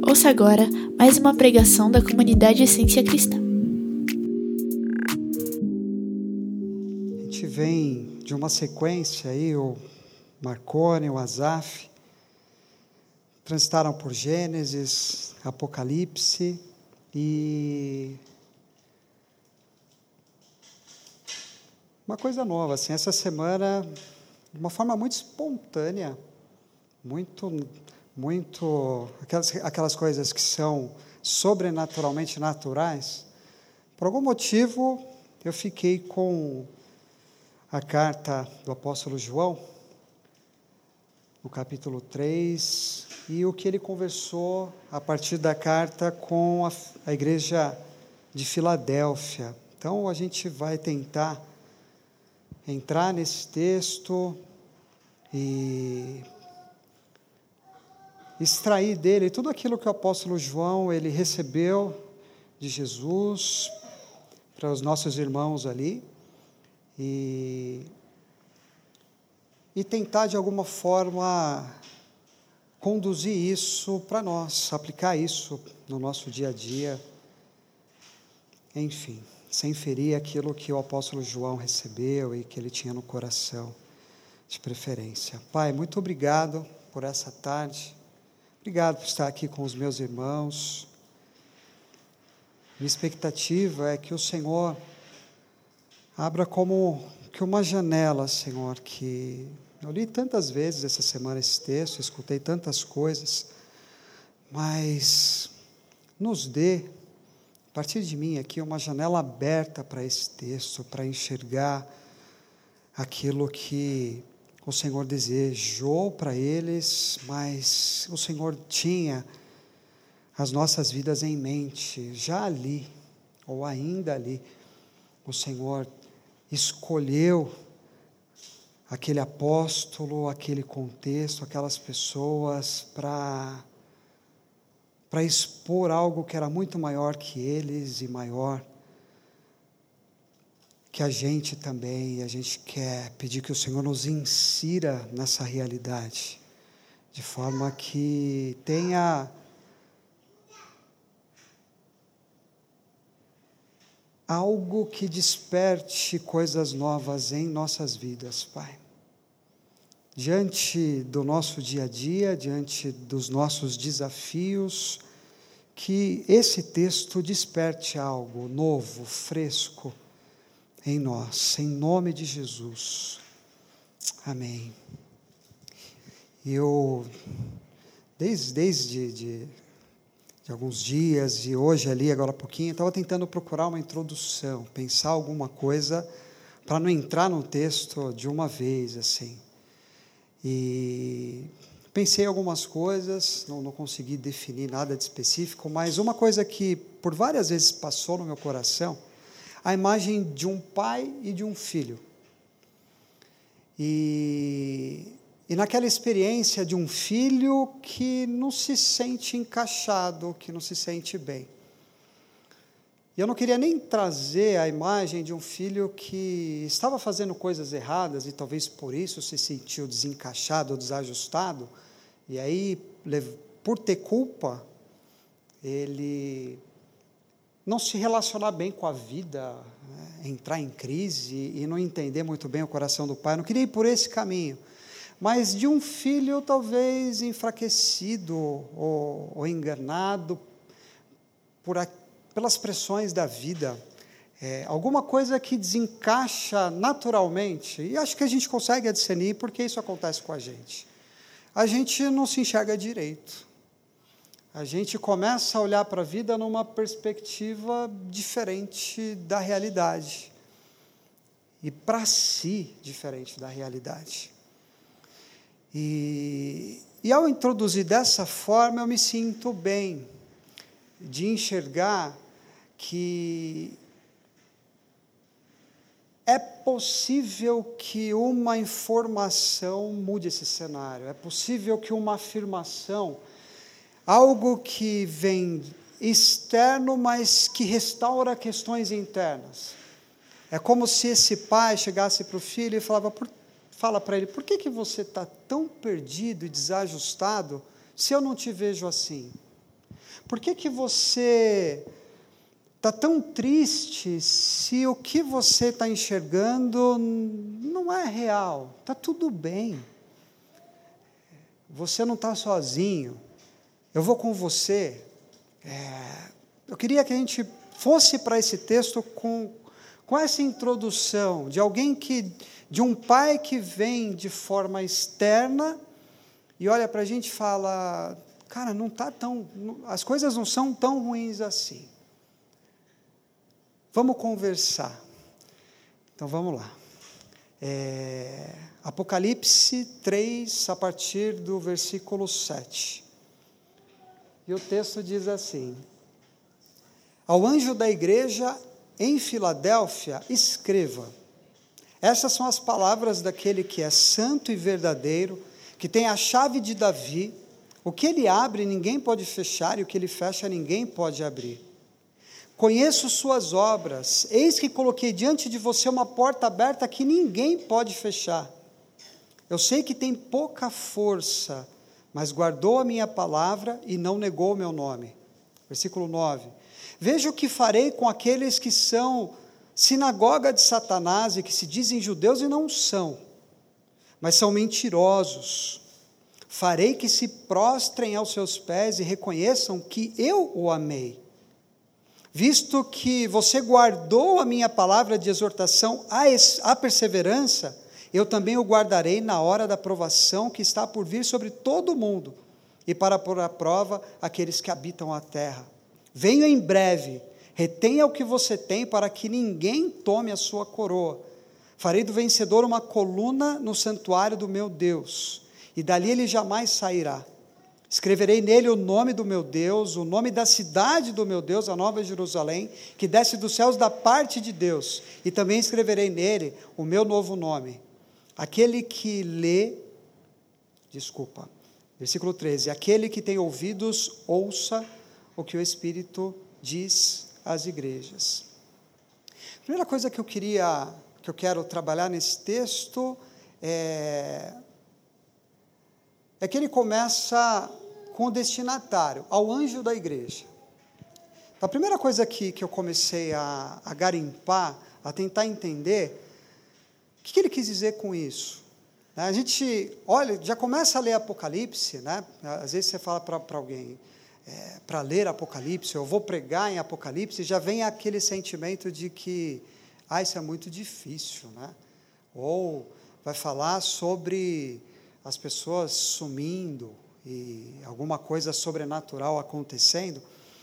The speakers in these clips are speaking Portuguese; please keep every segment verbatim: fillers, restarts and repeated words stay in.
Ouça agora mais uma pregação da comunidade Essência Cristã. A gente vem de uma sequência aí, o Marconi, o Asaf, transitaram por Gênesis, Apocalipse e uma coisa nova, assim, essa semana, de uma forma muito espontânea, muito, muito, aquelas, aquelas coisas que são sobrenaturalmente naturais, por algum motivo eu fiquei com a carta do apóstolo João, no capítulo três, e o que ele conversou a partir da carta com a, a igreja de Filadélfia. Então, a gente vai tentar entrar nesse texto e extrair dele tudo aquilo que o apóstolo João ele recebeu de Jesus para os nossos irmãos ali e, e tentar de alguma forma conduzir isso para nós, aplicar isso no nosso dia a dia, enfim, sem ferir aquilo que o apóstolo João recebeu e que ele tinha no coração, de preferência. Pai, muito obrigado por essa tarde, obrigado por estar aqui com os meus irmãos. Minha expectativa é que o Senhor abra como que uma janela, Senhor, que eu li tantas vezes essa semana esse texto, escutei tantas coisas, mas nos dê, a partir de mim aqui, uma janela aberta para esse texto, para enxergar aquilo que o Senhor desejou para eles, mas o Senhor tinha as nossas vidas em mente, já ali, ou ainda ali, o Senhor escolheu aquele apóstolo, aquele contexto, aquelas pessoas para para expor algo que era muito maior que eles e maior que a gente também, e a gente quer pedir que o Senhor nos insira nessa realidade, de forma que tenha algo que desperte coisas novas em nossas vidas, Pai. Diante do nosso dia a dia, diante dos nossos desafios, que esse texto desperte algo novo, fresco em nós, em nome de Jesus. Amém. Eu, desde, desde de, de alguns dias, e hoje ali, agora há pouquinho, estava tentando procurar uma introdução, pensar alguma coisa, para não entrar no texto de uma vez, assim. E pensei em algumas coisas, não, não consegui definir nada de específico, mas uma coisa que por várias vezes passou no meu coração, a imagem de um pai e de um filho. E, e naquela experiência de um filho que não se sente encaixado, que não se sente bem. E eu não queria nem trazer a imagem de um filho que estava fazendo coisas erradas e talvez por isso se sentiu desencaixado ou desajustado, e aí, por ter culpa, ele não se relacionar bem com a vida, né, entrar em crise e não entender muito bem o coração do pai. Eu não queria ir por esse caminho, mas de um filho talvez enfraquecido ou, ou enganado por a, pelas pressões da vida, é, alguma coisa que desencaixa naturalmente, e acho que a gente consegue discernir porque isso acontece com a gente. A gente não se enxerga direito. A gente começa a olhar para a vida numa perspectiva diferente da realidade. E para si, diferente da realidade. E, e ao introduzir dessa forma, eu me sinto bem de enxergar que é possível que uma informação mude esse cenário, é possível que uma afirmação, algo que vem externo, mas que restaura questões internas. É como se esse pai chegasse para o filho e falava, por, fala para ele, por que, que você está tão perdido e desajustado se eu não te vejo assim? Por que que você está tão triste se o que você está enxergando não é real? Está tudo bem. Você não está sozinho. Eu vou com você. É, eu queria que a gente fosse para esse texto com, com essa introdução de alguém que, de um pai que vem de forma externa e olha para a gente e fala, cara, não tá tão, as coisas não são tão ruins assim. Vamos conversar. Então vamos lá. É, Apocalipse três, a partir do versículo sete. E o texto diz assim: ao anjo da igreja em Filadélfia, escreva: essas são as palavras daquele que é santo e verdadeiro, que tem a chave de Davi. O que ele abre, ninguém pode fechar, e o que ele fecha, ninguém pode abrir. Conheço suas obras, eis que coloquei diante de você uma porta aberta que ninguém pode fechar. Eu sei que tem pouca força, mas guardou a minha palavra e não negou o meu nome. Versículo nove. Veja o que farei com aqueles que são sinagoga de Satanás e que se dizem judeus e não são, mas são mentirosos. Farei que se prostrem aos seus pés e reconheçam que eu o amei. Visto que você guardou a minha palavra de exortação à perseverança, eu também o guardarei na hora da provação que está por vir sobre todo o mundo, e para pôr à prova aqueles que habitam a terra. Venho em breve, retenha o que você tem, para que ninguém tome a sua coroa. Farei do vencedor uma coluna no santuário do meu Deus, e dali ele jamais sairá. Escreverei nele o nome do meu Deus, o nome da cidade do meu Deus, a Nova Jerusalém, que desce dos céus da parte de Deus, e também escreverei nele o meu novo nome. Aquele que lê, desculpa, versículo treze, aquele que tem ouvidos, ouça o que o Espírito diz às igrejas. A primeira coisa que eu queria, que eu quero trabalhar nesse texto, é... é que ele começa com o destinatário, ao anjo da igreja. A primeira coisa que, que eu comecei a, a garimpar, a tentar entender, o que, que ele quis dizer com isso? A gente, olha, já começa a ler Apocalipse, né? Às vezes você fala para alguém, é, para ler Apocalipse, eu vou pregar em Apocalipse, já vem aquele sentimento de que, ah, isso é muito difícil, né? Ou vai falar sobre as pessoas sumindo e alguma coisa sobrenatural acontecendo.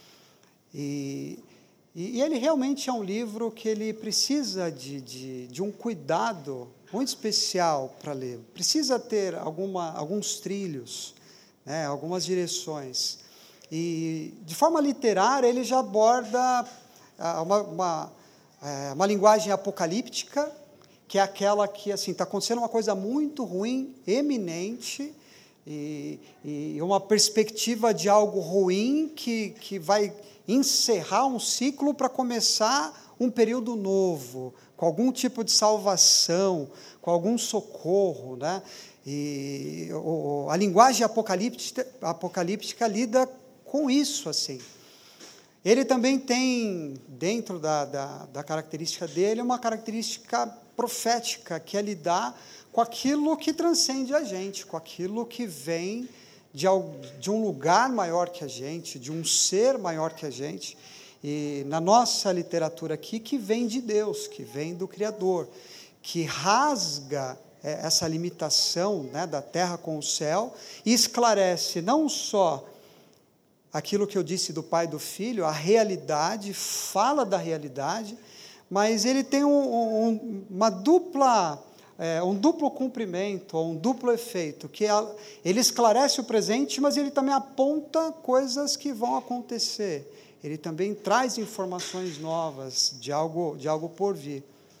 E, e, e ele realmente é um livro que ele precisa de, de, de um cuidado muito especial para ler. Precisa ter alguma, alguns trilhos, né, algumas direções. E, de forma literária, ele já aborda uma, uma, uma linguagem apocalíptica, que é aquela que, assim, está acontecendo uma coisa muito ruim, eminente, e, e uma perspectiva de algo ruim que, que vai encerrar um ciclo para começar um período novo, com algum tipo de salvação, com algum socorro, né? E o, a linguagem apocalíptica, apocalíptica lida com isso, assim. Ele também tem, dentro da, da, da característica dele, uma característica profética, que é lidar com aquilo que transcende a gente, com aquilo que vem de, de um lugar maior que a gente, de um ser maior que a gente, e na nossa literatura aqui, que vem de Deus, que vem do Criador, que rasga é, essa limitação, né, da terra com o céu, e esclarece não só aquilo que eu disse do Pai e do Filho, a realidade, fala da realidade, mas ele tem um, um, uma dupla, é, um duplo cumprimento, um duplo efeito, que é, ele esclarece o presente, mas ele também aponta coisas que vão acontecer. Ele também traz informações novas de algo, de algo por vir.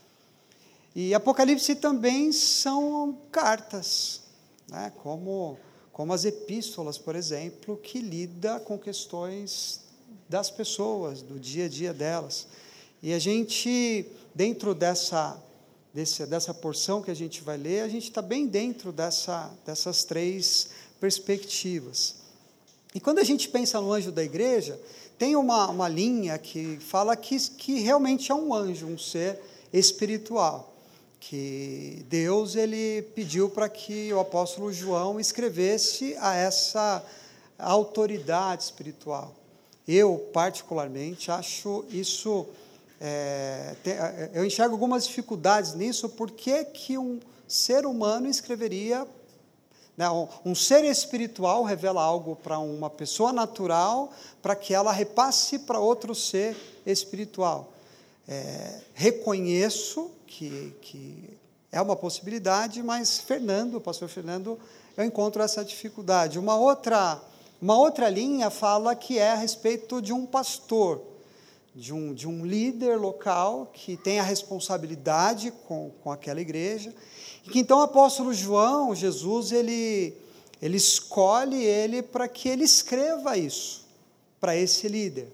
E Apocalipse também são cartas, né, como, como as epístolas, por exemplo, que lida com questões das pessoas, do dia a dia delas. E a gente, dentro dessa, desse, dessa porção que a gente vai ler, a gente está bem dentro dessa, dessas três perspectivas. E quando a gente pensa no anjo da igreja, tem uma, uma linha que fala que, que realmente é um anjo, um ser espiritual, que Deus ele pediu para que o apóstolo João escrevesse a essa autoridade espiritual. Eu, particularmente, acho isso, é, tem, eu enxergo algumas dificuldades nisso, porque que um ser humano escreveria, né, um, um ser espiritual revela algo para uma pessoa natural, para que ela repasse para outro ser espiritual. É, reconheço que, que é uma possibilidade, mas Fernando, o pastor Fernando, eu encontro essa dificuldade. Uma outra, uma outra linha fala que é a respeito de um pastor, de um, de um líder local que tem a responsabilidade com, com aquela igreja, e que então o apóstolo João, Jesus, ele, ele escolhe ele para que ele escreva isso, para esse líder.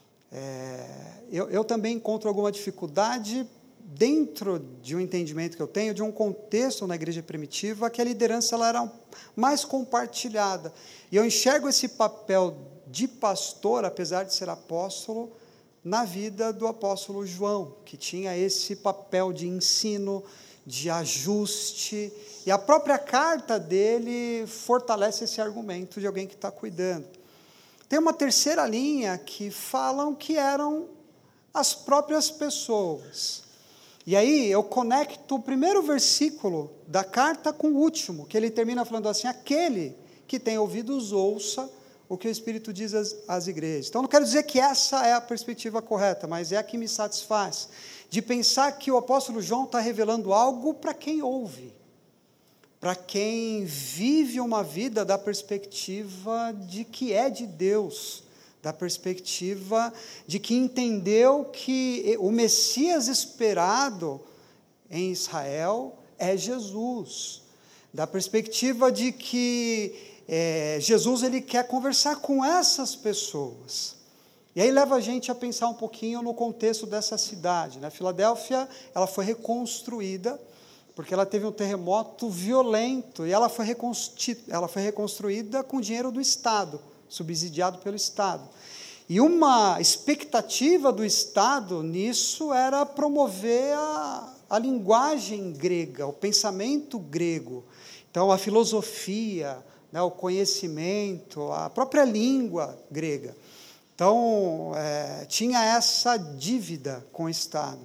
É, eu, eu também encontro alguma dificuldade dentro de um entendimento que eu tenho, de um contexto na igreja primitiva, que a liderança ela era mais compartilhada. E eu enxergo esse papel de pastor, apesar de ser apóstolo, na vida do apóstolo João, que tinha esse papel de ensino, de ajuste, e a própria carta dele fortalece esse argumento de alguém que está cuidando. Tem uma terceira linha que falam que eram as próprias pessoas. E aí eu conecto o primeiro versículo da carta com o último, que ele termina falando assim: aquele que tem ouvidos ouça o que o Espírito diz às, às igrejas. Então não quero dizer que essa é a perspectiva correta, mas é a que me satisfaz, de pensar que o apóstolo João está revelando algo para quem ouve, para quem vive uma vida da perspectiva de que é de Deus, da perspectiva de que entendeu que o Messias esperado em Israel é Jesus, da perspectiva de que é, Jesus ele quer conversar com essas pessoas. E aí leva a gente a pensar um pouquinho no contexto dessa cidade, né? Filadélfia, ela foi reconstruída, porque ela teve um terremoto violento, e ela foi, reconstru... ela foi reconstruída com dinheiro do Estado, subsidiado pelo Estado. E uma expectativa do Estado nisso era promover a, a linguagem grega, o pensamento grego. Então, a filosofia, né, o conhecimento, a própria língua grega. Então, é, tinha essa dívida com o Estado.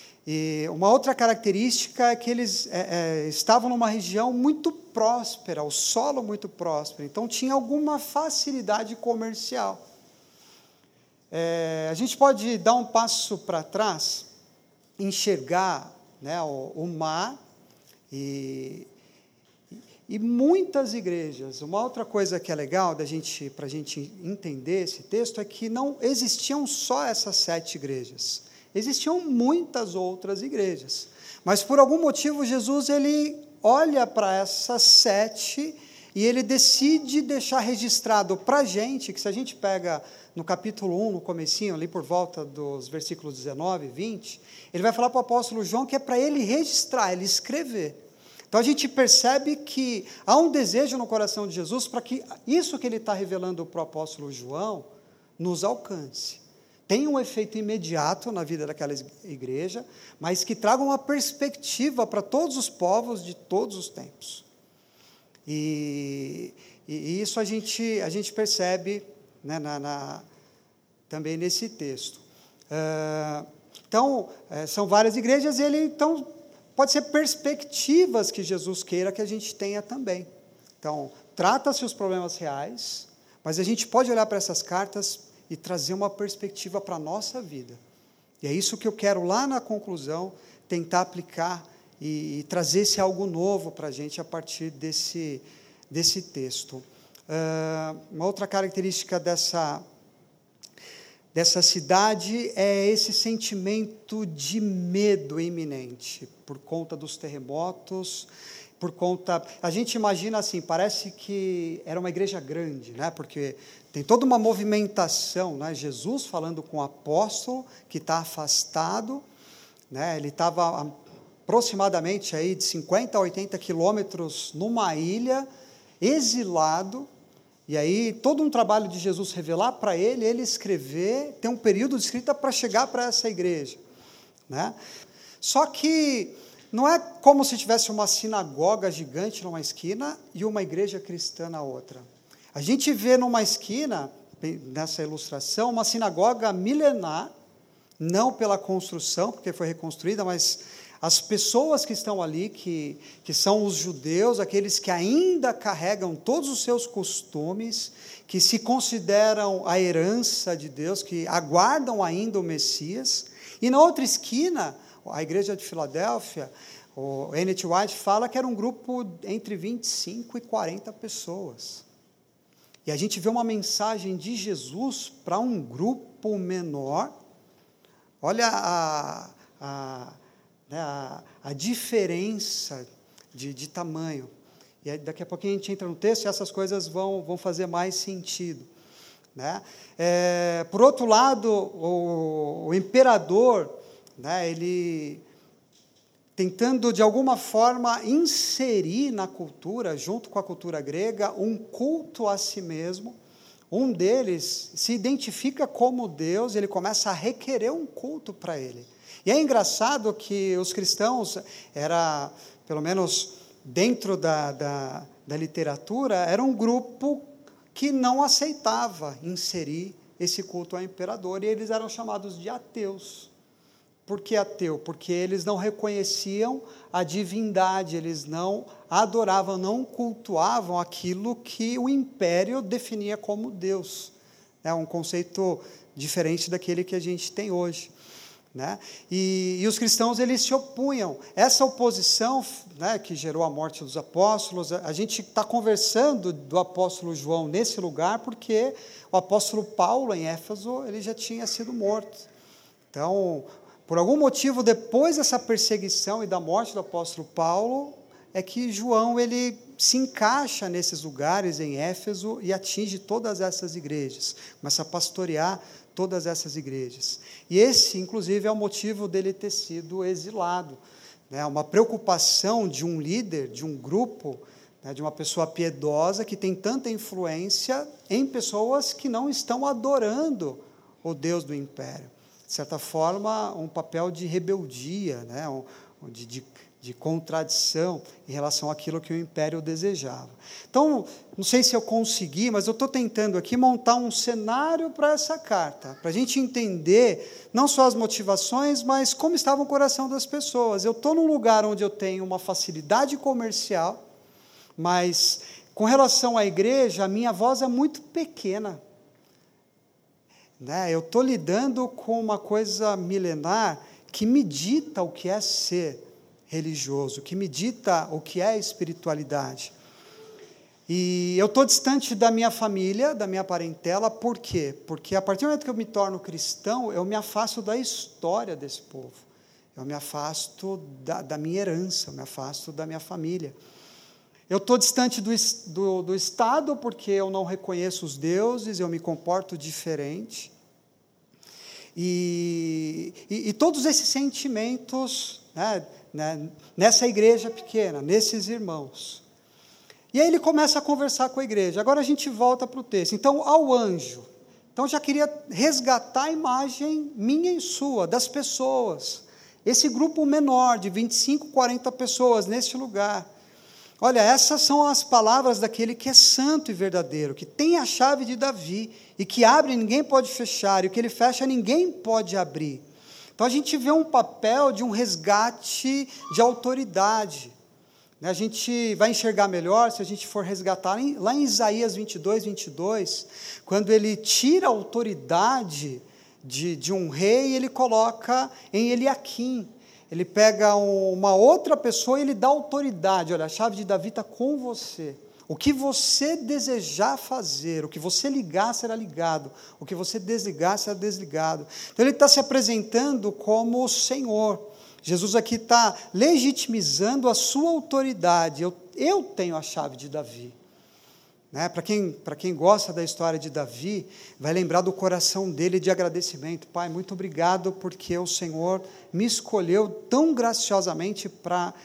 E uma outra característica é que eles é, é, estavam numa região muito próspera, o solo muito próspero, então tinha alguma facilidade comercial. É, a gente pode dar um passo para trás, enxergar, né, o, o mar e, e muitas igrejas. Uma outra coisa que é legal da gente, para a gente entender esse texto é que não existiam só essas sete igrejas. Existiam muitas outras igrejas, mas por algum motivo Jesus ele olha para essas sete e ele decide deixar registrado para a gente, que se a gente pega no capítulo um, no comecinho, ali por volta dos versículos dezenove e vinte, ele vai falar para o apóstolo João que é para ele registrar, ele escrever. Então a gente percebe que há um desejo no coração de Jesus para que isso que ele está revelando para o apóstolo João nos alcance. Tem um efeito imediato na vida daquela igreja, mas que traga uma perspectiva para todos os povos de todos os tempos. E, e isso a gente, a gente percebe, né, na, na, também nesse texto. Uh, então, é, são várias igrejas, e ele, então, pode ser perspectivas que Jesus queira que a gente tenha também. Então, trata-se os problemas reais, mas a gente pode olhar para essas cartas e trazer uma perspectiva para a nossa vida. E é isso que eu quero, lá na conclusão, tentar aplicar e, e trazer esse algo novo para a gente a partir desse, desse texto. Uh, uma outra característica dessa, dessa cidade é esse sentimento de medo iminente, por conta dos terremotos, por conta... A gente imagina assim, parece que era uma igreja grande, né? Porque tem toda uma movimentação, né? Jesus falando com o apóstolo que está afastado, né? Ele estava aproximadamente aí de cinquenta a oitenta quilômetros numa ilha, exilado, E aí, todo um trabalho de Jesus revelar para ele, ele escrever, tem um período de escrita para chegar para essa igreja, né? Só que não é como se tivesse uma sinagoga gigante numa esquina e uma igreja cristã na outra. A gente vê numa esquina, nessa ilustração, uma sinagoga milenar, não pela construção, porque foi reconstruída, mas as pessoas que estão ali, que, que são os judeus, aqueles que ainda carregam todos os seus costumes, que se consideram a herança de Deus, que aguardam ainda o Messias. E na outra esquina, a igreja de Filadélfia, o Ellen G. White fala que era um grupo entre vinte e cinco e quarenta pessoas. E a gente vê uma mensagem de Jesus para um grupo menor. Olha a... a Né, a, a diferença de, de tamanho. E aí, daqui a pouquinho a gente entra no texto e essas coisas vão, vão fazer mais sentido. Né? É, por outro lado, o, o imperador, né, ele tentando de alguma forma inserir na cultura, junto com a cultura grega, um culto a si mesmo. Um deles se identifica como Deus, ele começa a requerer um culto para ele. E é engraçado que os cristãos, era, pelo menos dentro da, da, da literatura, era um grupo que não aceitava inserir esse culto ao imperador, e eles eram chamados de ateus. Por que ateu? Porque eles não reconheciam a divindade, eles não adoravam, não cultuavam aquilo que o império definia como Deus. É um conceito diferente daquele que a gente tem hoje. Né? E, e os cristãos, eles se opunham. Essa oposição, né, que gerou a morte dos apóstolos, a, a gente está conversando do apóstolo João nesse lugar, porque o apóstolo Paulo, em Éfeso, ele já tinha sido morto. Então, por algum motivo, depois dessa perseguição e da morte do apóstolo Paulo, é que João ele se encaixa nesses lugares em Éfeso e atinge todas essas igrejas, começa a pastorear todas essas igrejas. E esse, inclusive, é o motivo dele ter sido exilado. Né? Uma preocupação de um líder, de um grupo, né, de uma pessoa piedosa que tem tanta influência em pessoas que não estão adorando o Deus do império. De certa forma, um papel de rebeldia, né, um, de, de, de contradição em relação àquilo que o império desejava. Então, não sei se eu consegui, mas eu estou tentando aqui montar um cenário para essa carta, para a gente entender não só as motivações, mas como estava o coração das pessoas. Eu estou num lugar onde eu tenho uma facilidade comercial, mas com relação à igreja, a minha voz é muito pequena. Né? Eu estou lidando com uma coisa milenar que me dita o que é ser religioso, que me dita o que é espiritualidade. E eu estou distante da minha família, da minha parentela, por quê? Porque a partir do momento que eu me torno cristão, eu me afasto da história desse povo, eu me afasto da, da minha herança, eu me afasto da minha família. Eu estou distante do, do, do Estado, porque eu não reconheço os deuses, eu me comporto diferente. E, e, e todos esses sentimentos, né, né, nessa igreja pequena, nesses irmãos. E aí ele começa a conversar com a igreja. Agora a gente volta para o texto. Então, ao anjo. Então, eu já queria resgatar a imagem minha e sua, das pessoas. Esse grupo menor, de vinte e cinco, quarenta pessoas, neste lugar. Olha, essas são as palavras daquele que é santo e verdadeiro, que tem a chave de Davi, e que abre e ninguém pode fechar, e o que ele fecha ninguém pode abrir. Então a gente vê um papel de um resgate de autoridade. A gente vai enxergar melhor se a gente for resgatar lá em Isaías vinte e dois, vinte e dois, quando ele tira a autoridade de, de um rei e ele coloca em Eliaquim. Ele pega uma outra pessoa e ele dá autoridade. Olha, a chave de Davi está com você. O que você desejar fazer, o que você ligar será ligado, o que você desligar será desligado. Então ele está se apresentando como o Senhor. Jesus aqui está legitimizando a sua autoridade. Eu, eu tenho a chave de Davi. Né? Para quem, para quem gosta da história de Davi, vai lembrar do coração dele de agradecimento. Pai, muito obrigado porque o Senhor me escolheu tão graciosamente para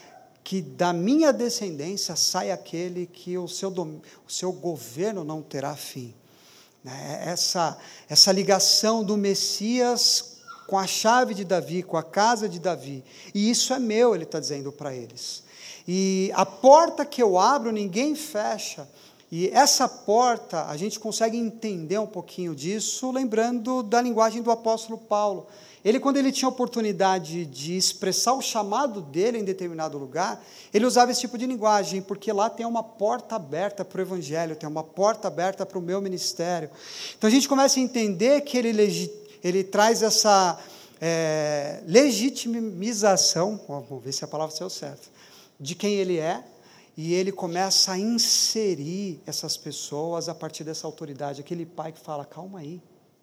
que da minha descendência saia aquele que o seu, dom, o seu governo não terá fim. Essa, essa ligação do Messias com a chave de Davi, com a casa de Davi. E isso é meu, ele está dizendo para eles. E a porta que eu abro, ninguém fecha. E essa porta, a gente consegue entender um pouquinho disso, lembrando da linguagem do apóstolo Paulo. Ele, quando ele tinha oportunidade de expressar o chamado dele em determinado lugar, ele usava esse tipo de linguagem, porque lá tem uma porta aberta para o evangelho, tem uma porta aberta para o meu ministério. Então a gente começa a entender que ele, legi- ele traz essa é, legitimização, vamos ver se a palavra saiu certa, de quem ele é, e ele começa a inserir essas pessoas a partir dessa autoridade. Aquele pai que fala, calma aí,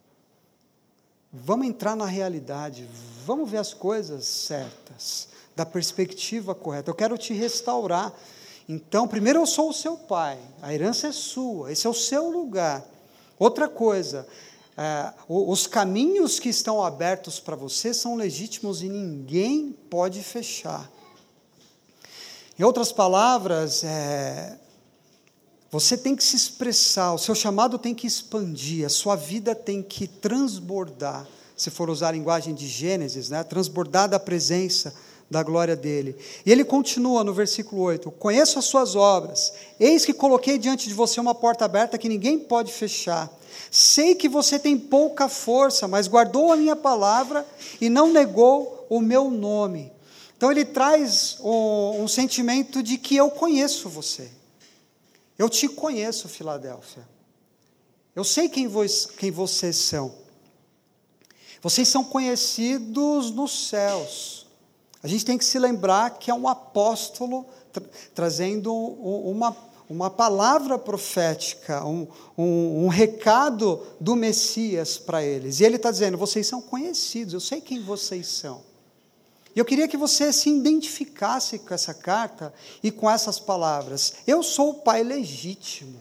vamos entrar na realidade, vamos ver as coisas certas, da perspectiva correta. Eu quero te restaurar. Então, primeiro eu sou o seu pai, a herança é sua, esse é o seu lugar. Outra coisa, é, os caminhos que estão abertos para você são legítimos e ninguém pode fechar. Em outras palavras, é, você tem que se expressar, o seu chamado tem que expandir, a sua vida tem que transbordar, se for usar a linguagem de Gênesis, né? Transbordar da presença da glória dele. E ele continua no versículo oito, conheço as suas obras, eis que coloquei diante de você uma porta aberta que ninguém pode fechar. Sei que você tem pouca força, mas guardou a minha palavra e não negou o meu nome. Então ele traz um, um sentimento de que eu conheço você. Eu te conheço, Filadélfia. Eu sei quem, vos, quem vocês são. Vocês são conhecidos nos céus. A gente tem que se lembrar que é um apóstolo tra- trazendo uma, uma palavra profética, um, um, um recado do Messias para eles. E ele está dizendo, vocês são conhecidos, eu sei quem vocês são. E eu queria que você se identificasse com essa carta e com essas palavras. Eu sou o pai legítimo.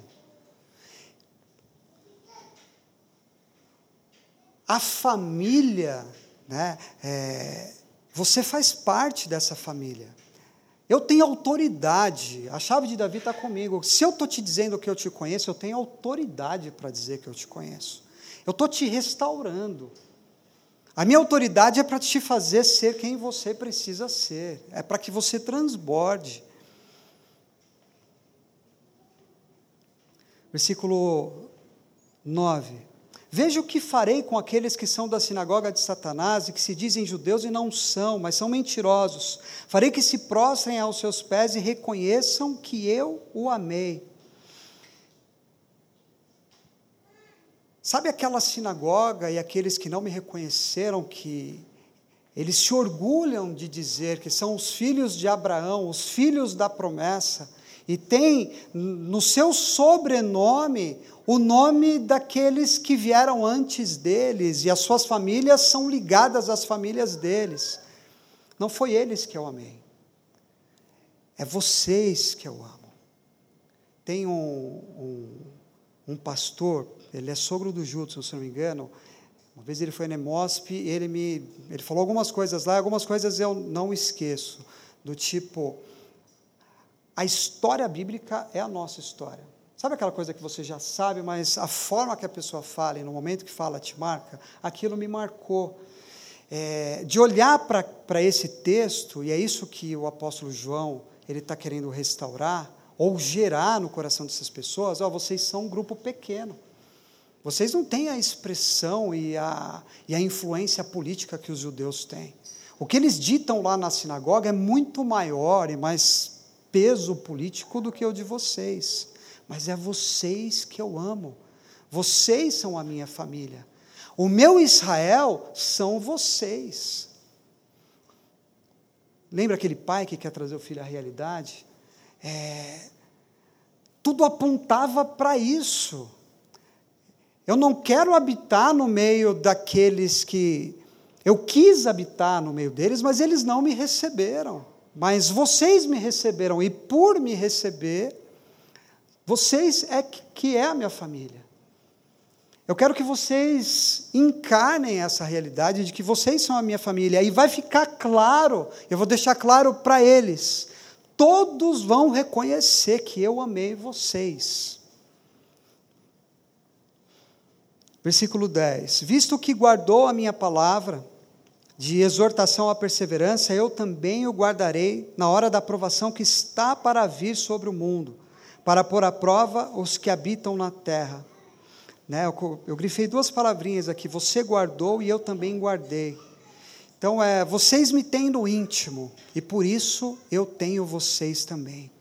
A família, né, é, você faz parte dessa família. Eu tenho autoridade, a chave de Davi está comigo. Se eu estou te dizendo que eu te conheço, eu tenho autoridade para dizer que eu te conheço. Eu estou te restaurando. A minha autoridade é para te fazer ser quem você precisa ser, é para que você transborde. Versículo nove. Veja o que farei com aqueles que são da sinagoga de Satanás e que se dizem judeus e não são, mas são mentirosos. Farei que se prostrem aos seus pés e reconheçam que eu o amei. Sabe aquela sinagoga e aqueles que não me reconheceram, que eles se orgulham de dizer que são os filhos de Abraão, os filhos da promessa, e tem no seu sobrenome o nome daqueles que vieram antes deles, e as suas famílias são ligadas às famílias deles. Não foi eles que eu amei, é vocês que eu amo. Tem um, um, um pastor, ele é sogro do Judson, se não me engano. Uma vez ele foi na Emosp, ele me, ele falou algumas coisas lá, algumas coisas eu não esqueço, do tipo, a história bíblica é a nossa história. Sabe aquela coisa que você já sabe, mas a forma que a pessoa fala, e no momento que fala te marca? Aquilo me marcou. É, de olhar para esse texto, e é isso que o apóstolo João ele está querendo restaurar, ou gerar no coração dessas pessoas, ó, vocês são um grupo pequeno. Vocês não têm a expressão e a, e a influência política que os judeus têm. O que eles ditam lá na sinagoga é muito maior e mais peso político do que o de vocês. Mas é vocês que eu amo. Vocês são a minha família. O meu Israel são vocês. Lembra aquele pai que quer trazer o filho à realidade? É, tudo apontava para isso. Eu não quero habitar no meio daqueles que... Eu quis habitar no meio deles, mas eles não me receberam. Mas vocês me receberam, e por me receber, vocês é que é a minha família. Eu quero que vocês encarnem essa realidade de que vocês são a minha família, e vai ficar claro, eu vou deixar claro para eles, todos vão reconhecer que eu amei vocês. Versículo dez, visto que guardou a minha palavra, de exortação à perseverança, eu também o guardarei na hora da provação que está para vir sobre o mundo, para pôr à prova os que habitam na terra. Né, eu, eu grifei duas palavrinhas aqui, você guardou e eu também guardei. Então, é, vocês me têm no íntimo, e por isso eu tenho vocês também.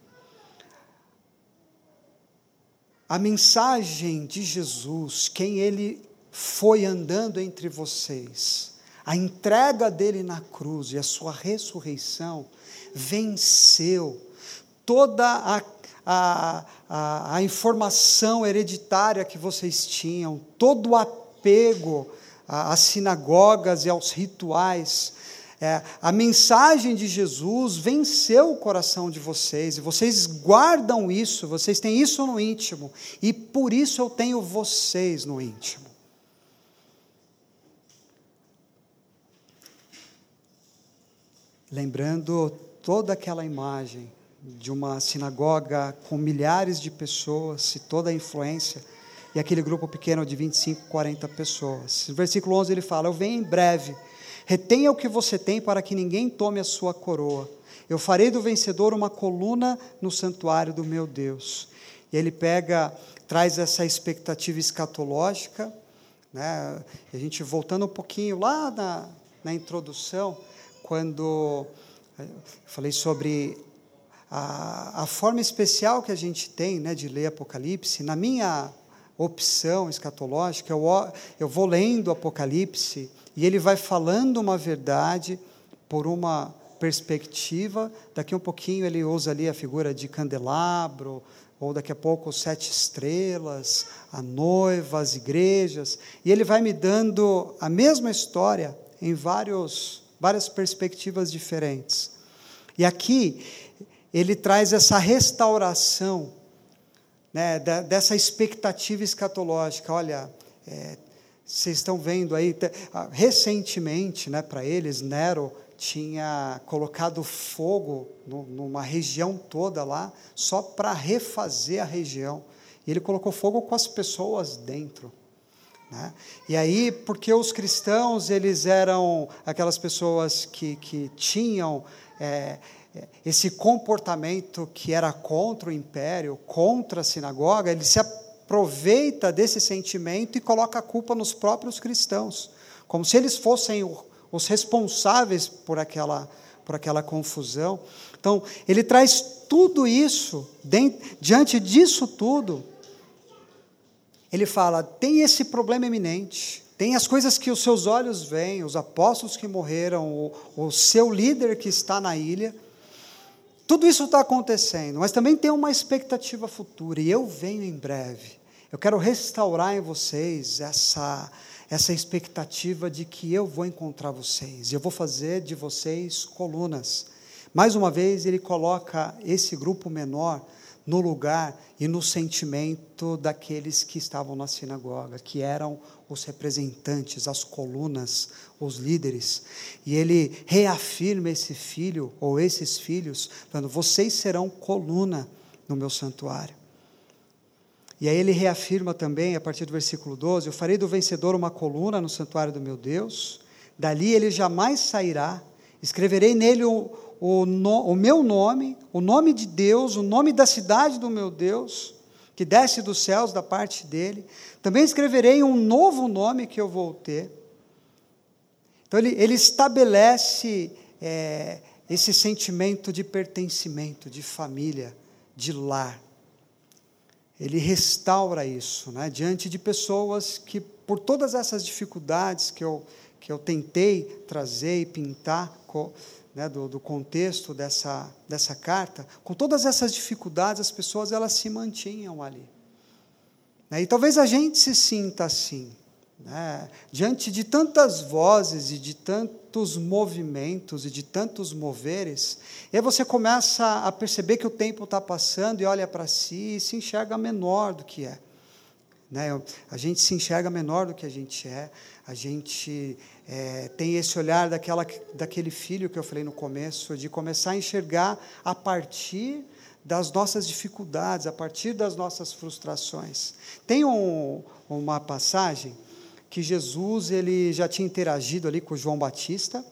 A mensagem de Jesus, quem Ele foi andando entre vocês, a entrega dele na cruz e a sua ressurreição venceu toda a, a, a, a informação hereditária que vocês tinham, todo o apego às sinagogas e aos rituais. É, a mensagem de Jesus venceu o coração de vocês, e vocês guardam isso, vocês têm isso no íntimo, e por isso eu tenho vocês no íntimo. Lembrando toda aquela imagem de uma sinagoga com milhares de pessoas e toda a influência, e aquele grupo pequeno de vinte e cinco, quarenta pessoas. No versículo onze ele fala, eu venho em breve, retenha o que você tem para que ninguém tome a sua coroa. Eu farei do vencedor uma coluna no santuário do meu Deus. E ele pega, traz essa expectativa escatológica, né? A gente voltando um pouquinho lá na, na introdução, quando eu falei sobre a, a forma especial que a gente tem, né, de ler Apocalipse, na minha opção escatológica, eu, eu vou lendo Apocalipse e ele vai falando uma verdade por uma perspectiva, daqui um pouquinho ele usa ali a figura de candelabro, ou daqui a pouco sete estrelas, a noiva, as igrejas, e ele vai me dando a mesma história em vários várias perspectivas diferentes. E aqui, ele traz essa restauração, né, da, dessa expectativa escatológica. Olha, é, vocês estão vendo aí, recentemente, né, para eles, Nero tinha colocado fogo no, numa região toda lá, só para refazer a região. E ele colocou fogo com as pessoas dentro. Né? E aí, porque os cristãos, eles eram aquelas pessoas que, que tinham é, esse comportamento que era contra o império, contra a sinagoga, ele se aproveita desse sentimento e coloca a culpa nos próprios cristãos, como se eles fossem os responsáveis por aquela, por aquela confusão. Então, ele traz tudo isso, diante disso tudo, ele fala, tem esse problema eminente, tem as coisas que os seus olhos veem, os apóstolos que morreram, o, o seu líder que está na ilha, tudo isso está acontecendo, mas também tem uma expectativa futura, e eu venho em breve, eu quero restaurar em vocês essa, essa expectativa de que eu vou encontrar vocês, e eu vou fazer de vocês colunas. Mais uma vez, ele coloca esse grupo menor no lugar e no sentimento daqueles que estavam na sinagoga, que eram os representantes, as colunas, os líderes. E ele reafirma esse filho, ou esses filhos, falando, vocês serão coluna no meu santuário. E aí ele reafirma também, a partir do versículo doze, eu farei do vencedor uma coluna no santuário do meu Deus, dali ele jamais sairá, escreverei nele o O, no, o meu nome, o nome de Deus, o nome da cidade do meu Deus, que desce dos céus da parte dele. Também escreverei um novo nome que eu vou ter. Então, ele, ele estabelece é, esse sentimento de pertencimento, de família, de lar. Ele restaura isso, né, diante de pessoas que, por todas essas dificuldades que eu, que eu tentei trazer e pintar, né, do, do contexto dessa, dessa carta, com todas essas dificuldades, as pessoas elas se mantinham ali. Né, e talvez a gente se sinta assim, né, diante de tantas vozes e de tantos movimentos e de tantos moveres, e aí você começa a perceber que o tempo está passando e olha para si e se enxerga menor do que é. né? A gente se enxerga menor do que a gente é, a gente é, tem esse olhar daquela, daquele filho que eu falei no começo, de começar a enxergar a partir das nossas dificuldades, a partir das nossas frustrações. Tem um, uma passagem que Jesus ele já tinha interagido ali com João Batista,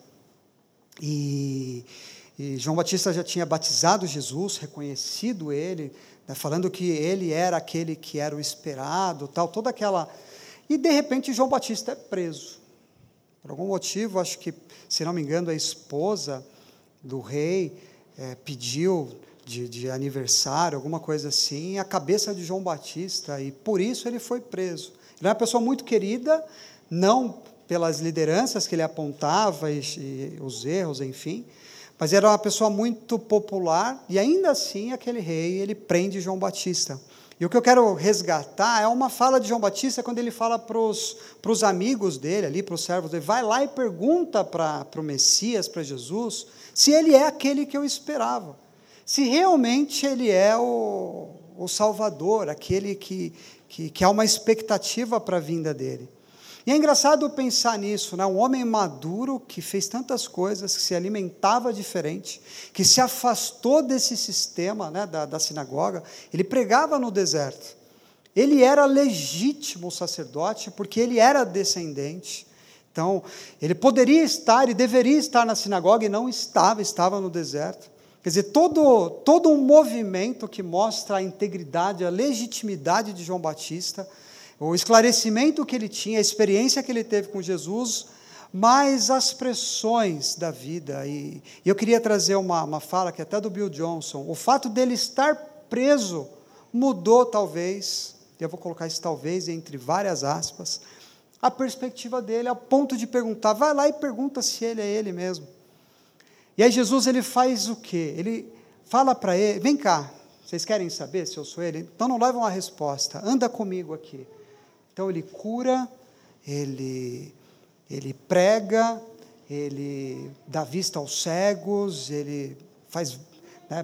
e, e João Batista já tinha batizado Jesus, reconhecido ele, né, falando que ele era aquele que era o esperado, tal, toda aquela... E, de repente, João Batista é preso. Por algum motivo, acho que, se não me engano, a esposa do rei é, pediu de, de aniversário, alguma coisa assim, a cabeça de João Batista, e por isso ele foi preso. Ele é uma pessoa muito querida, não pelas lideranças que ele apontava e, e os erros, enfim, mas era uma pessoa muito popular, e ainda assim aquele rei, ele prende João Batista. E o que eu quero resgatar é uma fala de João Batista, quando ele fala para os amigos dele, ali, para os servos dele, vai lá e pergunta para o Messias, para Jesus, se ele é aquele que eu esperava, se realmente ele é o, o Salvador, aquele que, que, que há uma expectativa para a vinda dele. E é engraçado pensar nisso, né? Um homem maduro que fez tantas coisas, que se alimentava diferente, que se afastou desse sistema, né, da, da sinagoga, ele pregava no deserto. Ele era legítimo sacerdote, porque ele era descendente. Então, ele poderia estar e deveria estar na sinagoga, e não estava, estava no deserto. Quer dizer, todo, todo um movimento que mostra a integridade, a legitimidade de João Batista, o esclarecimento que ele tinha, a experiência que ele teve com Jesus, mas as pressões da vida. E, e eu queria trazer uma, uma fala que é até do Bill Johnson. O fato dele estar preso mudou, talvez, e eu vou colocar isso talvez entre várias aspas, a perspectiva dele, ao ponto de perguntar, vai lá e pergunta se ele é ele mesmo. E aí Jesus, ele faz o quê? Ele fala para ele, vem cá, vocês querem saber se eu sou ele? Então não levam a resposta, anda comigo aqui. Então ele cura, ele, ele prega, ele dá vista aos cegos, ele faz, né,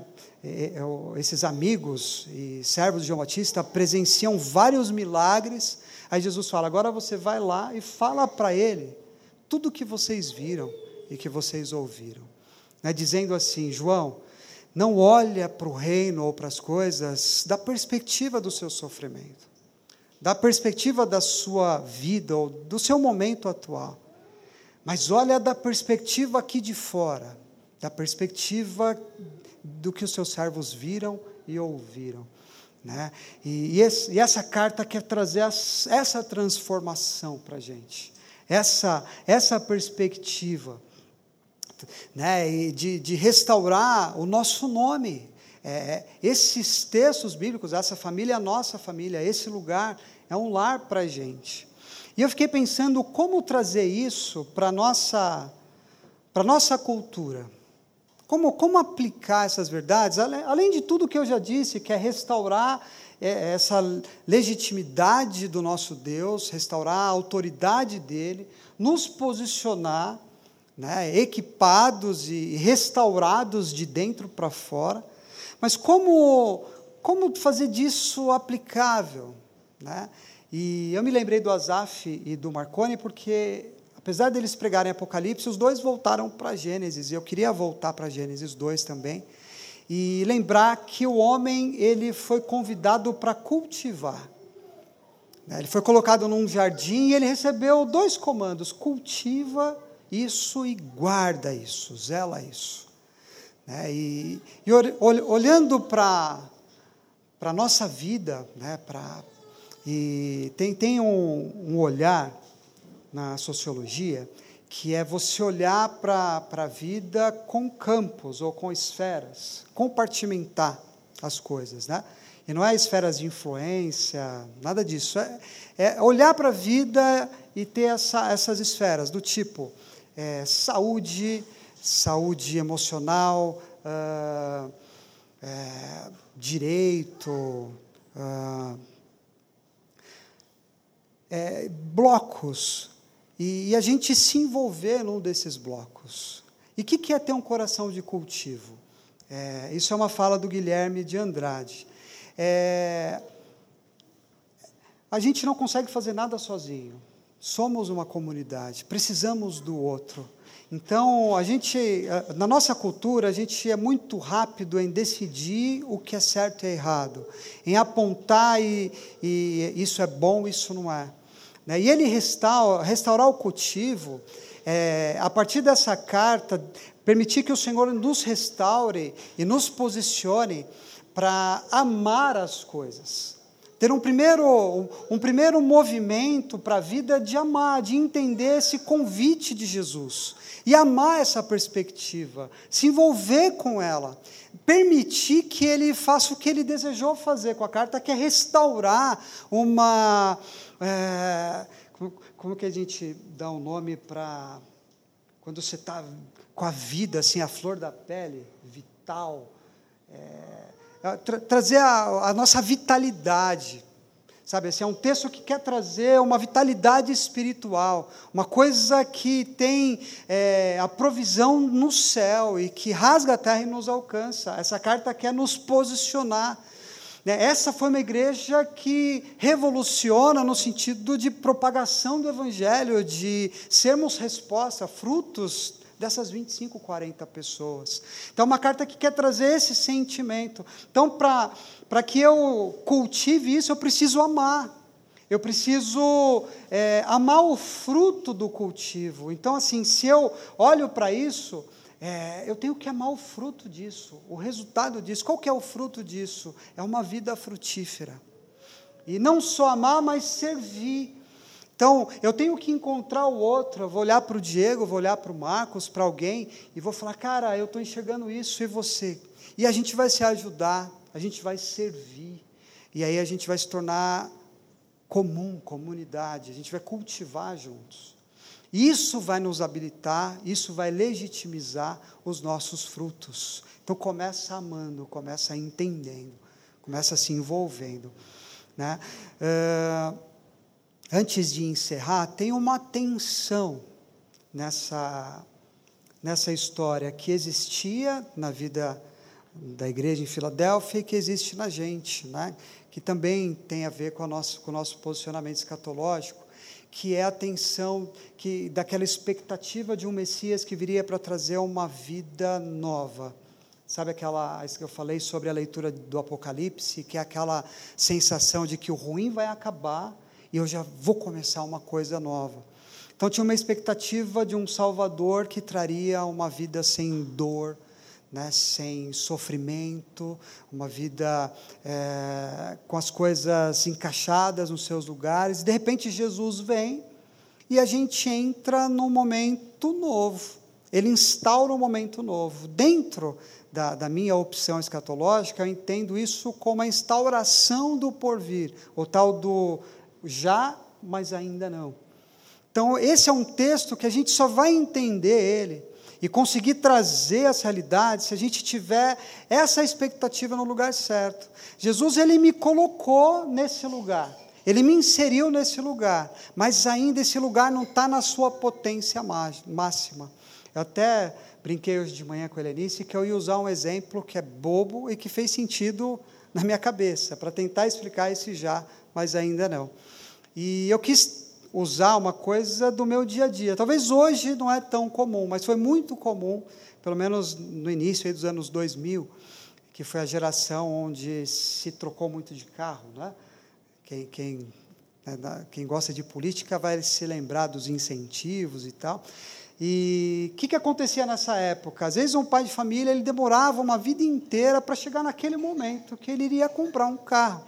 esses amigos e servos de João Batista presenciam vários milagres. Aí Jesus fala, agora você vai lá e fala para ele tudo o que vocês viram e que vocês ouviram. Né, dizendo assim, João, não olha para o reino ou para as coisas da perspectiva do seu sofrimento, da perspectiva da sua vida, ou do seu momento atual, mas olha da perspectiva aqui de fora, da perspectiva do que os seus servos viram e ouviram. Né? E, e, esse, e essa carta quer trazer as, essa transformação para a gente, essa, essa perspectiva, né? E de, de restaurar o nosso nome. É, esses textos bíblicos, essa família é a nossa família, esse lugar é um lar para a gente. E eu fiquei pensando como trazer isso para a nossa, para a nossa cultura. Como, como aplicar essas verdades, além, além de tudo que eu já disse, que é restaurar é, essa legitimidade do nosso Deus, restaurar a autoridade dele, nos posicionar, né, equipados e restaurados de dentro para fora. Mas como, como fazer disso aplicável? Né? E eu me lembrei do Asaf e do Marconi, porque, apesar deles pregarem Apocalipse, os dois voltaram para Gênesis, e eu queria voltar para Gênesis dois também, e lembrar que o homem ele foi convidado para cultivar. Ele foi colocado num jardim e ele recebeu dois comandos, cultiva isso e guarda isso, zela isso. E, e olhando para a nossa vida, né, para... E tem, tem um, um olhar na sociologia que é você olhar para a vida com campos ou com esferas, compartimentar as coisas, né? E não é esferas de influência, nada disso. É, é olhar para a vida e ter essa, essas esferas do tipo é, saúde, saúde emocional, ah, é, direito, ah, É, blocos, e, e a gente se envolver num desses blocos. E o que, que é ter um coração de cultivo? É, isso é uma fala do Guilherme de Andrade. É, a gente não consegue fazer nada sozinho. Somos uma comunidade, precisamos do outro. Então, a gente, na nossa cultura, a gente é muito rápido em decidir o que é certo e errado, em apontar e, e isso é bom, isso não é. Né? E ele restaura, restaurar o cultivo, é, a partir dessa carta, permitir que o Senhor nos restaure e nos posicione para amar as coisas. Ter um primeiro, um, um primeiro movimento para a vida de amar, de entender esse convite de Jesus. E amar essa perspectiva, se envolver com ela, permitir que ele faça o que ele desejou fazer com a carta, que é restaurar uma... É, como, como que a gente dá um nome para... Quando você está com a vida, assim, a flor da pele, vital, é, tra, trazer a, a nossa vitalidade. Sabe, esse é um texto que quer trazer uma vitalidade espiritual, uma coisa que tem é, a provisão no céu e que rasga a terra e nos alcança. Essa carta quer nos posicionar. Né? Essa foi uma igreja que revoluciona no sentido de propagação do evangelho, de sermos resposta, frutos dessas vinte e cinco, quarenta pessoas. Então, uma carta que quer trazer esse sentimento. Então, para para que eu cultive isso, eu preciso amar. Eu preciso é, amar o fruto do cultivo. Então, assim, se eu olho para isso, é, eu tenho que amar o fruto disso, o resultado disso. Qual que é o fruto disso? É uma vida frutífera. E não só amar, mas servir. Então, eu tenho que encontrar o outro, eu vou olhar para o Diego, vou olhar para o Marcos, para alguém, e vou falar, cara, eu estou enxergando isso, e você? E a gente vai se ajudar, a gente vai servir, e aí a gente vai se tornar comum, comunidade, a gente vai cultivar juntos. Isso vai nos habilitar, isso vai legitimizar os nossos frutos. Então, começa amando, começa entendendo, começa se envolvendo. Né? Uh, Antes de encerrar, tem uma tensão nessa, nessa história que existia na vida da igreja em Filadélfia e que existe na gente, né? Que também tem a ver com, a nossa, com o nosso posicionamento escatológico, que é a tensão que, daquela expectativa de um Messias que viria para trazer uma vida nova. Sabe aquela que eu falei sobre a leitura do Apocalipse, que é aquela sensação de que o ruim vai acabar, e eu já vou começar uma coisa nova. Então, tinha uma expectativa de um Salvador que traria uma vida sem dor, né, sem sofrimento, uma vida é, com as coisas encaixadas nos seus lugares. De repente, Jesus vem e a gente entra num momento novo. Ele instaura um momento novo. Dentro da, da minha opção escatológica, eu entendo isso como a instauração do porvir, o tal do já, mas ainda não. Então, esse é um texto que a gente só vai entender ele e conseguir trazer essa realidade se a gente tiver essa expectativa no lugar certo. Jesus, ele me colocou nesse lugar, ele me inseriu nesse lugar, mas ainda esse lugar não está na sua potência máxima. Eu até brinquei hoje de manhã com a Helenice que eu ia usar um exemplo que é bobo e que fez sentido na minha cabeça, para tentar explicar esse já, mas ainda não. E eu quis usar uma coisa do meu dia a dia. Talvez hoje não é tão comum, mas foi muito comum, pelo menos no início aí dos anos dois mil, que foi a geração onde se trocou muito de carro. Né? Quem, quem, né, quem gosta de política vai se lembrar dos incentivos e tal. E o que, que acontecia nessa época? Às vezes um pai de família ele demorava uma vida inteira para chegar naquele momento que ele iria comprar um carro.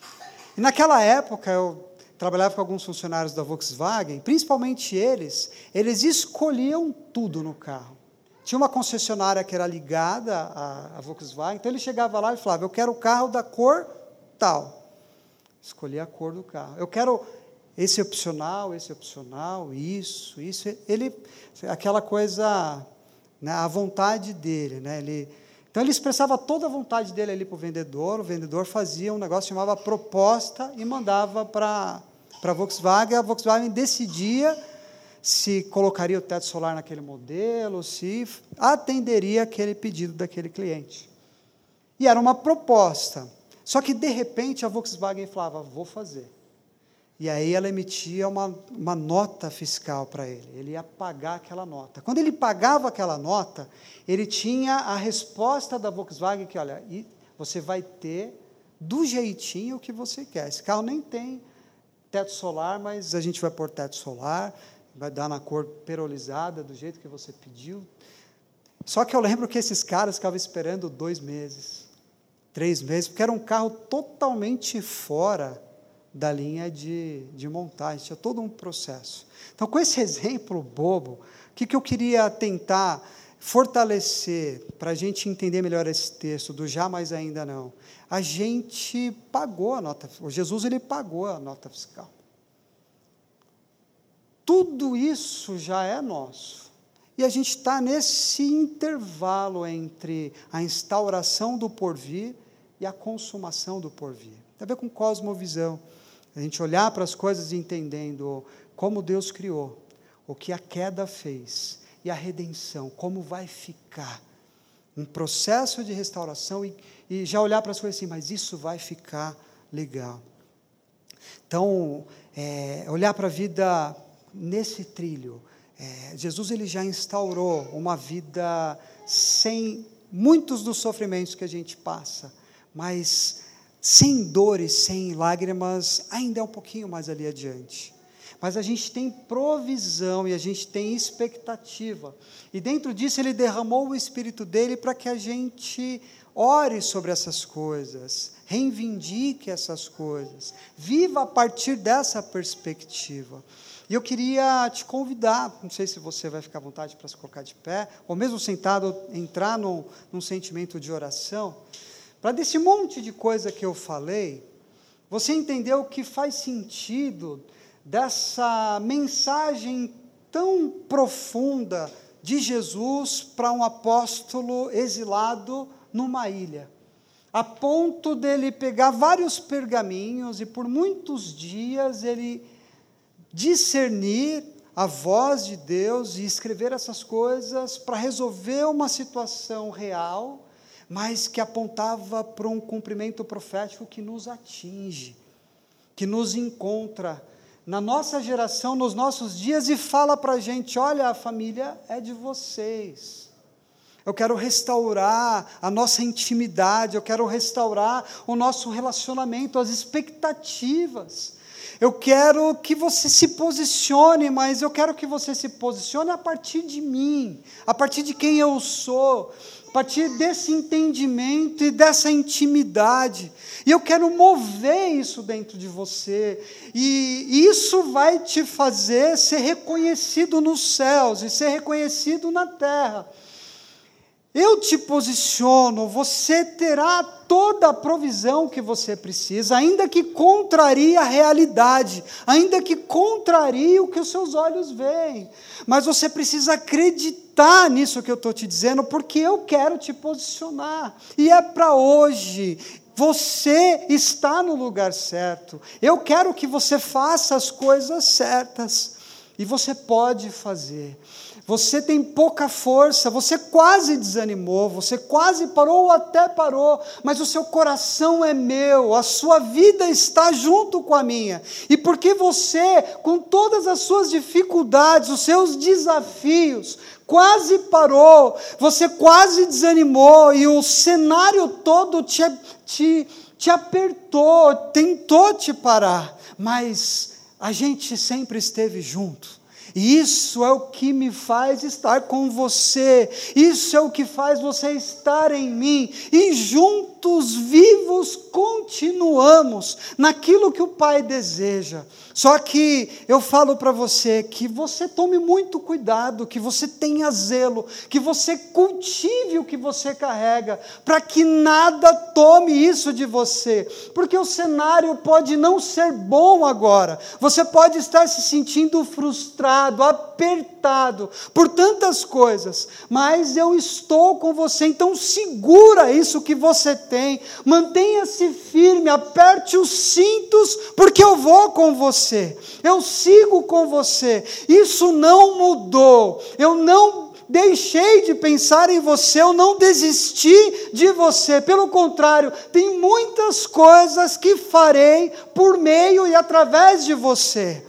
E naquela época, eu trabalhava com alguns funcionários da Volkswagen, principalmente eles, eles escolhiam tudo no carro. Tinha uma concessionária que era ligada à, à Volkswagen, então ele chegava lá e falava, eu quero o carro da cor tal. Escolhia a cor do carro. Eu quero esse opcional, esse opcional, isso, isso. Ele, aquela coisa, né, a vontade dele, né, ele... Então, ele expressava toda a vontade dele ali para o vendedor, o vendedor fazia um negócio que chamava proposta e mandava para a Volkswagen, a Volkswagen decidia se colocaria o teto solar naquele modelo, se atenderia aquele pedido daquele cliente. E era uma proposta. Só que, de repente, a Volkswagen falava, vou fazer. E aí ela emitia uma, uma nota fiscal para ele. Ele ia pagar aquela nota. Quando ele pagava aquela nota, ele tinha a resposta da Volkswagen que, olha, você vai ter do jeitinho que você quer. Esse carro nem tem teto solar, mas a gente vai pôr teto solar, vai dar na cor perolizada, do jeito que você pediu. Só que eu lembro que esses caras ficavam esperando dois meses, três meses, porque era um carro totalmente fora da linha de, de montagem, tinha todo um processo. Então, com esse exemplo bobo, o que, que eu queria tentar fortalecer, para a gente entender melhor esse texto, do já, mas ainda não? A gente pagou a nota, o Jesus ele pagou a nota fiscal. Tudo isso já é nosso. E a gente está nesse intervalo entre a instauração do porvir e a consumação do porvir. Tem a ver com cosmovisão. A gente olhar para as coisas entendendo como Deus criou, o que a queda fez, e a redenção, como vai ficar. Um processo de restauração e, e já olhar para as coisas assim, mas isso vai ficar legal. Então, é, olhar para a vida nesse trilho. É, Jesus ele já instaurou uma vida sem muitos dos sofrimentos que a gente passa, mas sem dores, sem lágrimas, ainda é um pouquinho mais ali adiante. Mas a gente tem provisão e a gente tem expectativa. E dentro disso ele derramou o Espírito dele para que a gente ore sobre essas coisas, reivindique essas coisas, viva a partir dessa perspectiva. E eu queria te convidar, não sei se você vai ficar à vontade para se colocar de pé, ou mesmo sentado, entrar num, num sentimento de oração, para desse monte de coisa que eu falei, você entendeu que faz sentido dessa mensagem tão profunda de Jesus para um apóstolo exilado numa ilha, a ponto dele pegar vários pergaminhos e por muitos dias ele discernir a voz de Deus e escrever essas coisas para resolver uma situação real, mas que apontava para um cumprimento profético que nos atinge, que nos encontra na nossa geração, nos nossos dias, e fala para a gente, olha, a família é de vocês. Eu quero restaurar a nossa intimidade, eu quero restaurar o nosso relacionamento, as expectativas. Eu quero que você se posicione, mas eu quero que você se posicione a partir de mim, a partir de quem eu sou, a partir desse entendimento e dessa intimidade. E eu quero mover isso dentro de você. E isso vai te fazer ser reconhecido nos céus e ser reconhecido na terra. Eu te posiciono, você terá toda a provisão que você precisa, ainda que contrarie a realidade, ainda que contrarie o que os seus olhos veem. Mas você precisa acreditar nisso que eu estou te dizendo, porque eu quero te posicionar. E é para hoje. Você está no lugar certo. Eu quero que você faça as coisas certas. E você pode fazer. Você tem pouca força, você quase desanimou, você quase parou ou até parou, mas o seu coração é meu, a sua vida está junto com a minha. E porque você, com todas as suas dificuldades, os seus desafios, quase parou, você quase desanimou e o cenário todo te, te, te apertou, tentou te parar, mas a gente sempre esteve junto. E isso é o que me faz estar com você, isso é o que faz você estar em mim, e juntos, vivos, continuamos naquilo que o Pai deseja. Só que eu falo para você que você tome muito cuidado, que você tenha zelo, que você cultive o que você carrega, para que nada tome isso de você, porque o cenário pode não ser bom agora, você pode estar se sentindo frustrado, apertado por tantas coisas, mas eu estou com você, então segura isso que você tem, mantenha-se firme, aperte os cintos, porque eu vou com você, eu sigo com você, isso não mudou, eu não deixei de pensar em você, eu não desisti de você. Pelo contrário, tem muitas coisas que farei por meio e através de você.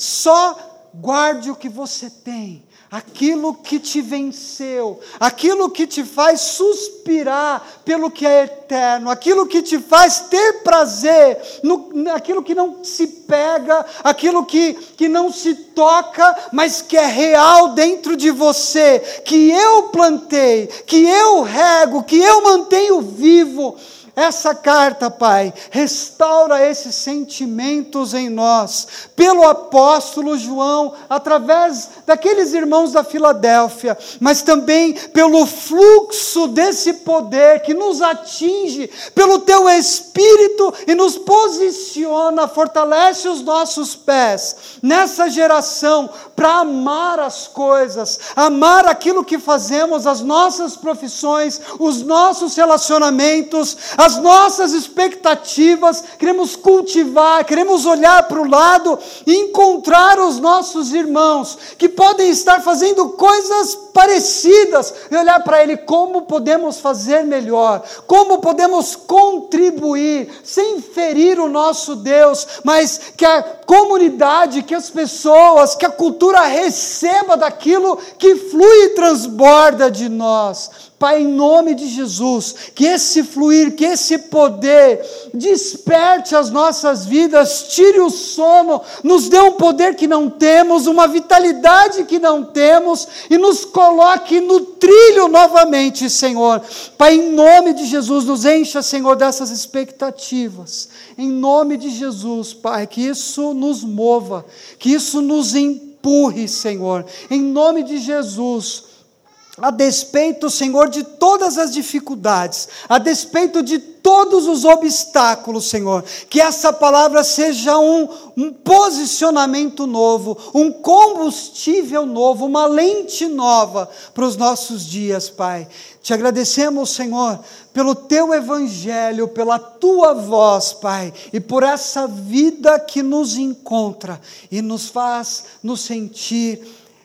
Só guarde o que você tem, aquilo que te venceu, aquilo que te faz suspirar pelo que é eterno, aquilo que te faz ter prazer, no, aquilo que não se pega, aquilo que, que não se toca, mas que é real dentro de você, que eu plantei, que eu rego, que eu mantenho vivo. Essa carta, Pai, restaura esses sentimentos em nós, pelo apóstolo João, através daqueles irmãos da Filadélfia, mas também pelo fluxo desse poder que nos atinge, pelo Teu Espírito e nos posiciona, fortalece os nossos pés, nessa geração, para amar as coisas, amar aquilo que fazemos, as nossas profissões, os nossos relacionamentos, as nossas expectativas, queremos cultivar, queremos olhar para o lado e encontrar os nossos irmãos, que podem estar fazendo coisas parecidas, e olhar para ele, como podemos fazer melhor, como podemos contribuir, sem ferir o nosso Deus, mas que a comunidade, que as pessoas, que a cultura receba daquilo que flui e transborda de nós. Pai, em nome de Jesus, que esse fluir, que esse poder desperte as nossas vidas, tire o sono, nos dê um poder que não temos, uma vitalidade que não temos, e nos coloque no trilho novamente, Senhor. Pai, em nome de Jesus, nos encha, Senhor, dessas expectativas. Em nome de Jesus, Pai, que isso nos mova, que isso nos empurre, Senhor. Em nome de Jesus, a despeito, Senhor, de todas as dificuldades, a despeito de todos os obstáculos, Senhor, que essa palavra seja um, um posicionamento novo, um combustível novo, uma lente nova para os nossos dias, Pai. Te agradecemos, Senhor, pelo Teu Evangelho, pela Tua voz, Pai, e por essa vida que nos encontra e nos faz nos sentir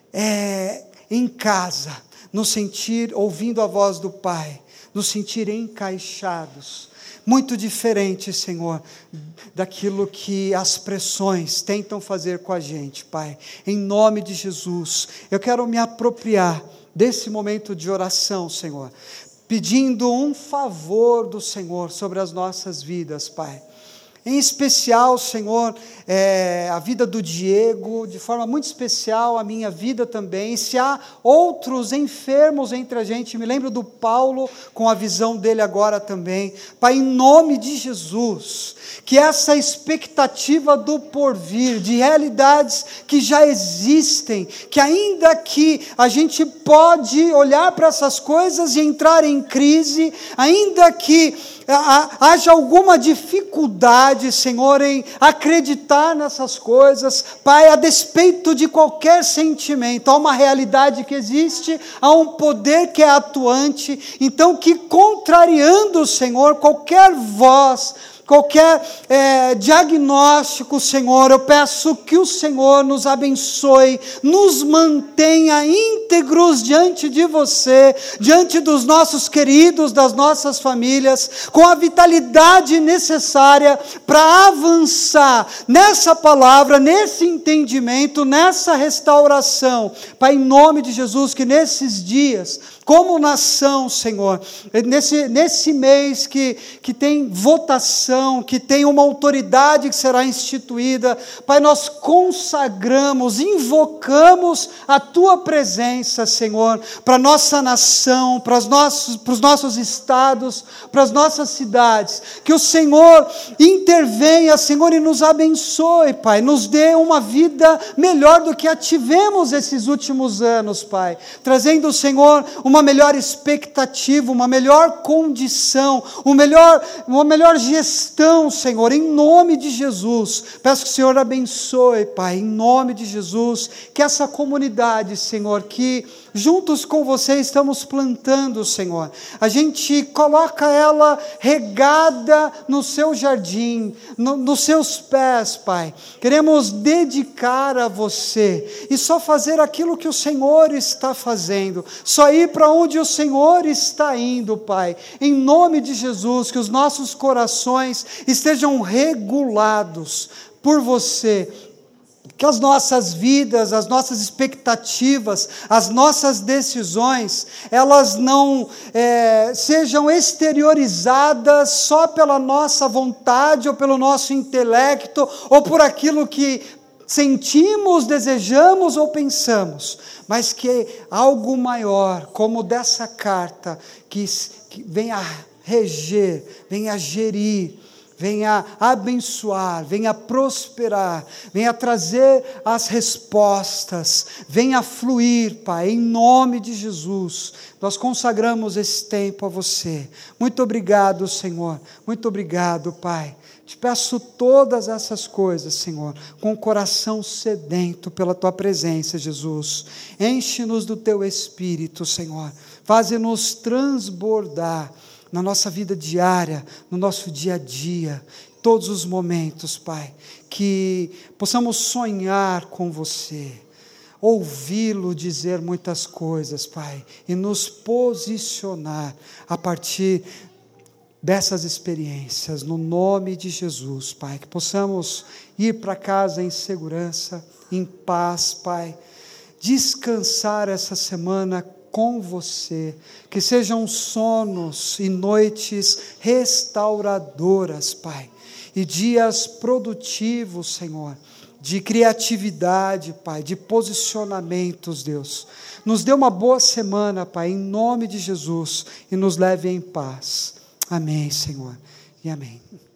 é, em casa, nos sentir ouvindo a voz do Pai, nos sentir encaixados, muito diferente, Senhor, daquilo que as pressões tentam fazer com a gente, Pai. Em nome de Jesus, eu quero me apropriar desse momento de oração, Senhor, pedindo um favor do Senhor sobre as nossas vidas, Pai. Em especial, Senhor, é, a vida do Diego, de forma muito especial, a minha vida também. Se há outros enfermos entre a gente, me lembro do Paulo, com a visão dele agora também. Pai, em nome de Jesus, que essa expectativa do porvir, de realidades que já existem, que ainda que a gente pode olhar para essas coisas e entrar em crise, ainda que haja alguma dificuldade, Senhor, em acreditar nessas coisas, Pai, a despeito de qualquer sentimento, há uma realidade que existe, há um poder que é atuante, então que contrariando, Senhor, qualquer voz, qualquer é, diagnóstico, Senhor, eu peço que o Senhor nos abençoe, nos mantenha íntegros diante de você, diante dos nossos queridos, das nossas famílias, com a vitalidade necessária para avançar nessa palavra, nesse entendimento, nessa restauração. Pai, em nome de Jesus, que nesses dias, como nação, Senhor, nesse, nesse mês que, que tem votação, que tem uma autoridade que será instituída, Pai, nós consagramos, invocamos a Tua presença, Senhor, para a nossa nação, para os nossos, para os nossos estados, para as nossas cidades, que o Senhor intervenha, Senhor, e nos abençoe, Pai, nos dê uma vida melhor do que a tivemos esses últimos anos, Pai, trazendo, Senhor, uma uma melhor expectativa, uma melhor condição, uma melhor, uma melhor gestão, Senhor, em nome de Jesus. Peço que o Senhor abençoe, Pai, em nome de Jesus, que essa comunidade, Senhor, que juntos com você estamos plantando, Senhor. A gente coloca ela regada no seu jardim, no, nos seus pés, Pai. Queremos dedicar a você e só fazer aquilo que o Senhor está fazendo, só ir para onde o Senhor está indo, Pai. Em nome de Jesus, que os nossos corações estejam regulados por você, que as nossas vidas, as nossas expectativas, as nossas decisões, elas não é, sejam exteriorizadas só pela nossa vontade, ou pelo nosso intelecto, ou por aquilo que sentimos, desejamos ou pensamos, mas que algo maior, como dessa carta, que, que venha reger, venha gerir, venha abençoar, venha prosperar, venha trazer as respostas, venha fluir, Pai, em nome de Jesus. Nós consagramos esse tempo a você. Muito obrigado, Senhor, muito obrigado, Pai. Te peço todas essas coisas, Senhor, com o coração sedento pela Tua presença, Jesus. Enche-nos do Teu Espírito, Senhor. Faze-nos transbordar na nossa vida diária, no nosso dia a dia, todos os momentos, Pai, que possamos sonhar com você, ouvi-lo dizer muitas coisas, Pai, e nos posicionar a partir dessas experiências, no nome de Jesus, Pai, que possamos ir para casa em segurança, em paz, Pai, descansar essa semana com você, que sejam sonos e noites restauradoras, Pai, e dias produtivos, Senhor, de criatividade, Pai, de posicionamentos, Deus. Nos dê uma boa semana, Pai, em nome de Jesus, e nos leve em paz. Amém, Senhor, e amém.